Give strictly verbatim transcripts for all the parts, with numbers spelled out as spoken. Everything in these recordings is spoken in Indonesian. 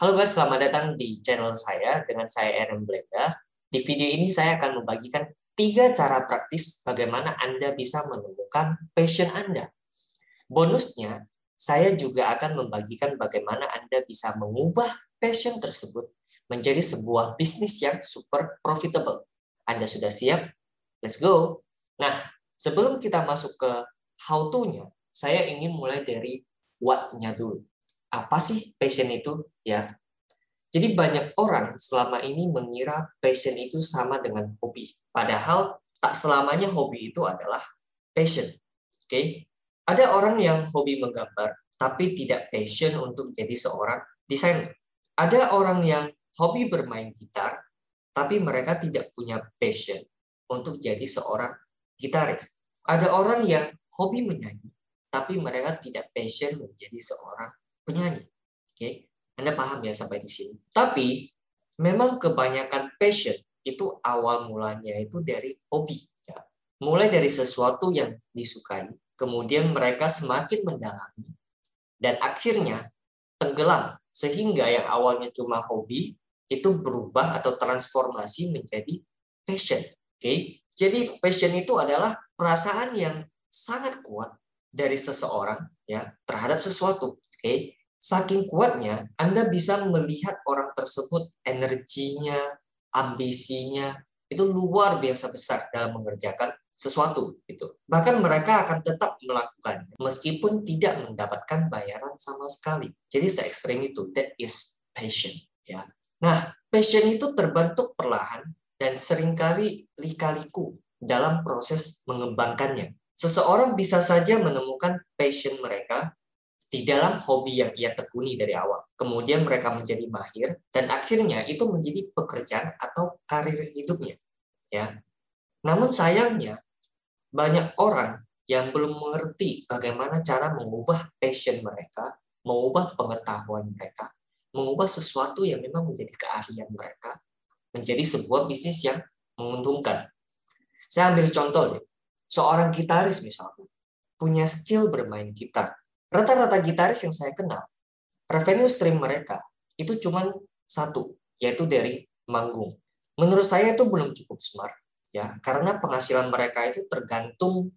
Halo guys, selamat datang di channel saya dengan saya Aaron Blenda. Di video ini saya akan membagikan tiga cara praktis bagaimana Anda bisa menemukan passion Anda. Bonusnya, saya juga akan membagikan bagaimana Anda bisa mengubah passion tersebut menjadi sebuah bisnis yang super profitable. Anda sudah siap? Let's go! Nah, sebelum kita masuk ke how to-nya, saya ingin mulai dari what-nya dulu. Apa sih passion itu? Ya, jadi banyak orang selama ini mengira passion itu sama dengan hobi. Padahal tak selamanya hobi itu adalah passion. Oke? Okay? Ada orang yang hobi menggambar tapi tidak passion untuk jadi seorang desainer. Ada orang yang hobi bermain gitar tapi mereka tidak punya passion untuk jadi seorang gitaris. Ada orang yang hobi menyanyi tapi mereka tidak passion menjadi seorang penyanyi. Oke? Okay? Anda paham ya sampai di sini. Tapi memang kebanyakan passion itu awal mulanya itu dari hobi. Ya. Mulai dari sesuatu yang disukai, kemudian mereka semakin mendalami, dan akhirnya tenggelam. Sehingga yang awalnya cuma hobi, itu berubah atau transformasi menjadi passion. Oke? Jadi passion itu adalah perasaan yang sangat kuat dari seseorang ya terhadap sesuatu. Oke? Saking kuatnya, Anda bisa melihat orang tersebut energinya, ambisinya, itu luar biasa besar dalam mengerjakan sesuatu. Gitu. Bahkan mereka akan tetap melakukannya, meskipun tidak mendapatkan bayaran sama sekali. Jadi se-ekstrim itu, that is passion. Ya. Nah, passion itu terbentuk perlahan dan seringkali lika-liku dalam proses mengembangkannya. Seseorang bisa saja menemukan passion mereka di dalam hobi yang ia tekuni dari awal. Kemudian mereka menjadi mahir dan akhirnya itu menjadi pekerjaan atau karir hidupnya. Ya. Namun sayangnya banyak orang yang belum mengerti bagaimana cara mengubah passion mereka, mengubah pengetahuan mereka, mengubah sesuatu yang memang menjadi keahlian mereka menjadi sebuah bisnis yang menguntungkan. Saya ambil contoh ya. Seorang gitaris misalnya punya skill bermain gitar. Rata-rata gitaris yang saya kenal, revenue stream mereka itu cuma satu, yaitu dari manggung. Menurut saya itu belum cukup smart, ya, karena penghasilan mereka itu tergantung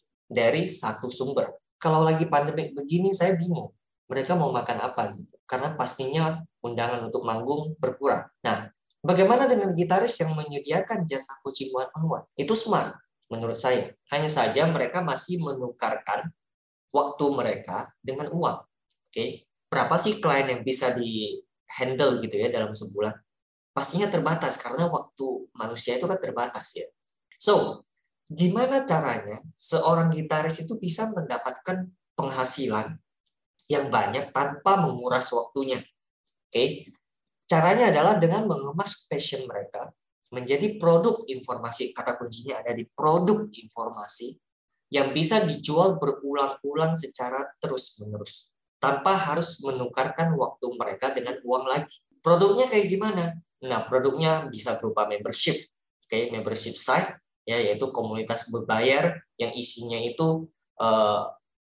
dari satu sumber. Kalau lagi pandemi begini, saya bingung. Mereka mau makan apa gitu? Karena pastinya undangan untuk manggung berkurang. Nah, bagaimana dengan gitaris yang menyediakan jasa coaching one-on-one? Itu smart, menurut saya. Hanya saja mereka masih menukarkan waktu mereka dengan uang. Oke, berapa sih klien yang bisa di handle gitu ya dalam sebulan? Pastinya terbatas karena waktu manusia itu kan terbatas ya. So, gimana caranya seorang gitaris itu bisa mendapatkan penghasilan yang banyak tanpa menguras waktunya? Oke, caranya adalah dengan mengemas passion mereka menjadi produk informasi. Kata kuncinya ada di produk informasi yang bisa dijual berulang-ulang secara terus-menerus tanpa harus menukarkan waktu mereka dengan uang lagi. Produknya kayak gimana? Nah, produknya bisa berupa membership, oke, okay, membership site, ya, yaitu komunitas berbayar yang isinya itu uh,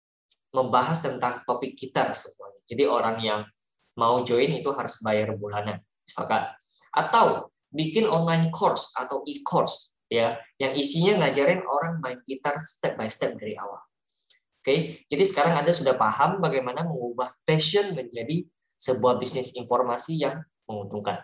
membahas tentang topik gitar semuanya. Jadi orang yang mau join itu harus bayar bulanan, misalkan. Atau bikin online course atau e-course, ya, yang isinya ngajarin orang main gitar step by step dari awal. Oke, jadi sekarang Anda sudah paham bagaimana mengubah passion menjadi sebuah bisnis informasi yang menguntungkan.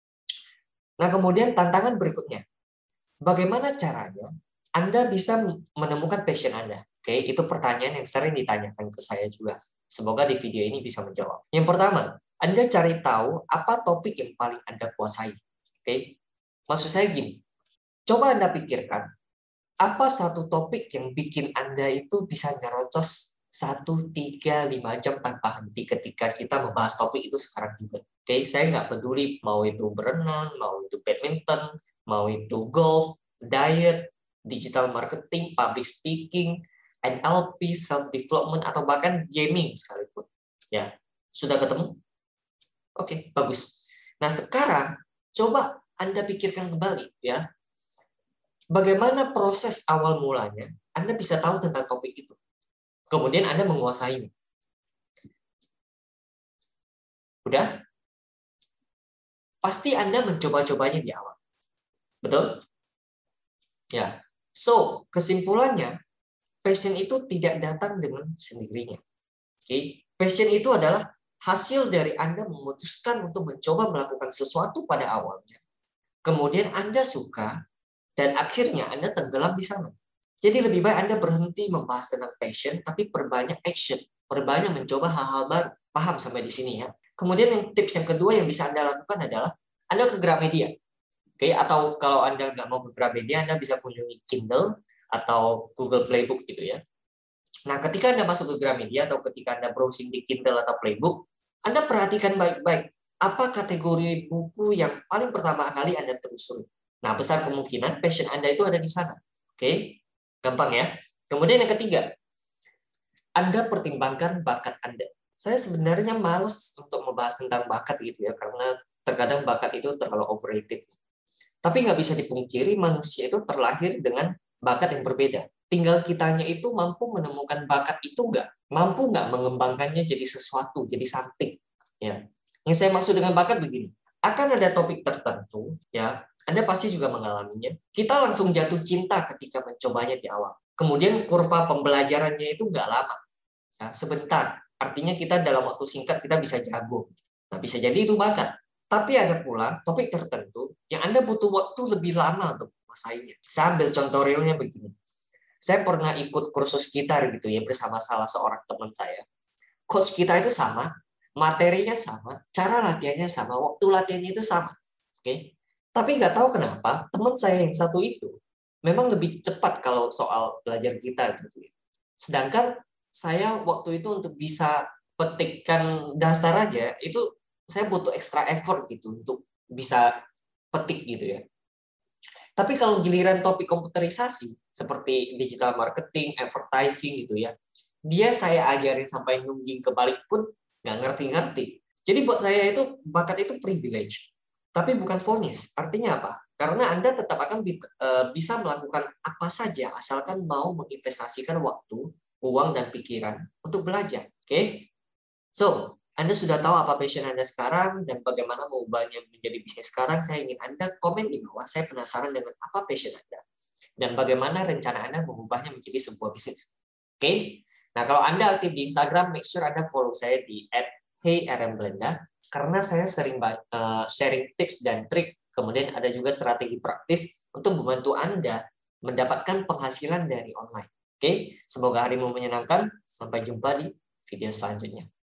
Nah, kemudian tantangan berikutnya. Bagaimana caranya Anda bisa menemukan passion Anda? Oke, itu pertanyaan yang sering ditanyakan ke saya juga. Semoga di video ini bisa menjawab. Yang pertama, Anda cari tahu apa topik yang paling Anda kuasai. Oke, maksud saya gini. Coba Anda pikirkan, apa satu topik yang bikin Anda itu bisa nyerocos satu, tiga, lima jam tanpa henti ketika kita membahas topik itu sekarang juga. Oke, saya nggak peduli mau itu berenang, mau itu badminton, mau itu golf, diet, digital marketing, public speaking, N L P, self-development, atau bahkan gaming sekalipun. Ya, sudah ketemu? Oke, bagus. Nah, sekarang coba Anda pikirkan kembali, ya. Bagaimana proses awal mulanya Anda bisa tahu tentang topik itu. Kemudian Anda menguasainya. Udah? pasti Anda mencoba-cobanya di awal. Betul? Ya. So, kesimpulannya, passion itu tidak datang dengan sendirinya. Oke, okay? Passion itu adalah hasil dari Anda memutuskan untuk mencoba melakukan sesuatu pada awalnya. Kemudian Anda suka, dan akhirnya Anda tenggelam di sana. Jadi lebih baik Anda berhenti membahas tentang passion, tapi perbanyak action, perbanyak mencoba hal-hal baru. Paham sampai di sini ya? Kemudian yang tips yang kedua yang bisa Anda lakukan adalah Anda ke Gramedia. Oke, okay? Atau kalau Anda nggak mau ke Gramedia, Anda bisa kunjungi Kindle atau Google Playbook gitu ya. Nah, ketika Anda masuk ke Gramedia atau ketika Anda browsing di Kindle atau Playbook, Anda perhatikan baik-baik apa kategori buku yang paling pertama kali Anda telusuri. Nah, besar kemungkinan passion Anda itu ada di sana. Oke, gampang ya. Kemudian yang ketiga, Anda pertimbangkan bakat Anda. Saya sebenarnya males untuk membahas tentang bakat gitu ya, karena terkadang bakat itu terlalu overrated. Tapi nggak bisa dipungkiri manusia itu terlahir dengan bakat yang berbeda. Tinggal kitanya itu mampu menemukan bakat itu nggak? Mampu nggak mengembangkannya jadi sesuatu, jadi something. Ya. Yang saya maksud dengan bakat begini, akan ada topik tertentu, ya, Anda pasti juga mengalaminya. Kita langsung jatuh cinta ketika mencobanya di awal. Kemudian kurva pembelajarannya itu nggak lama, ya, sebentar. Artinya kita dalam waktu singkat kita bisa jago. Nah, bisa jadi itu bakat. Tapi ada pula topik tertentu yang Anda butuh waktu lebih lama untuk menguasainya. Saya ambil contoh realnya begini. Saya pernah ikut kursus gitar gitu ya bersama salah seorang teman saya. Coach kita itu sama, materinya sama, cara latihannya sama, waktu latihannya itu sama. Oke. Tapi nggak tahu kenapa teman saya yang satu itu memang lebih cepat kalau soal belajar gitar gitu ya. Sedangkan saya waktu itu untuk bisa petikkan dasar aja itu saya butuh extra effort gitu untuk bisa petik gitu ya. Tapi kalau giliran topik komputerisasi seperti digital marketing, advertising gitu ya, dia saya ajarin sampai nungging kebalik pun nggak ngerti-ngerti. Jadi buat saya itu bakat itu privilege, tapi bukan vonis. Artinya apa? Karena Anda tetap akan bisa melakukan apa saja asalkan mau menginvestasikan waktu, uang, dan pikiran untuk belajar. Oke? Okay? So, Anda sudah tahu apa passion Anda sekarang dan bagaimana mengubahnya menjadi bisnis sekarang. Saya ingin Anda komen di bawah. Saya penasaran dengan apa passion Anda dan bagaimana rencana Anda mengubahnya menjadi sebuah bisnis. Oke? Okay? Nah, kalau Anda aktif di Instagram, make sure Anda follow saya di at hey r m blenda karena saya sering sharing tips dan trik. Kemudian ada juga strategi praktis untuk membantu Anda mendapatkan penghasilan dari online. Oke? Okay? Semoga harimu menyenangkan. Sampai jumpa di video selanjutnya.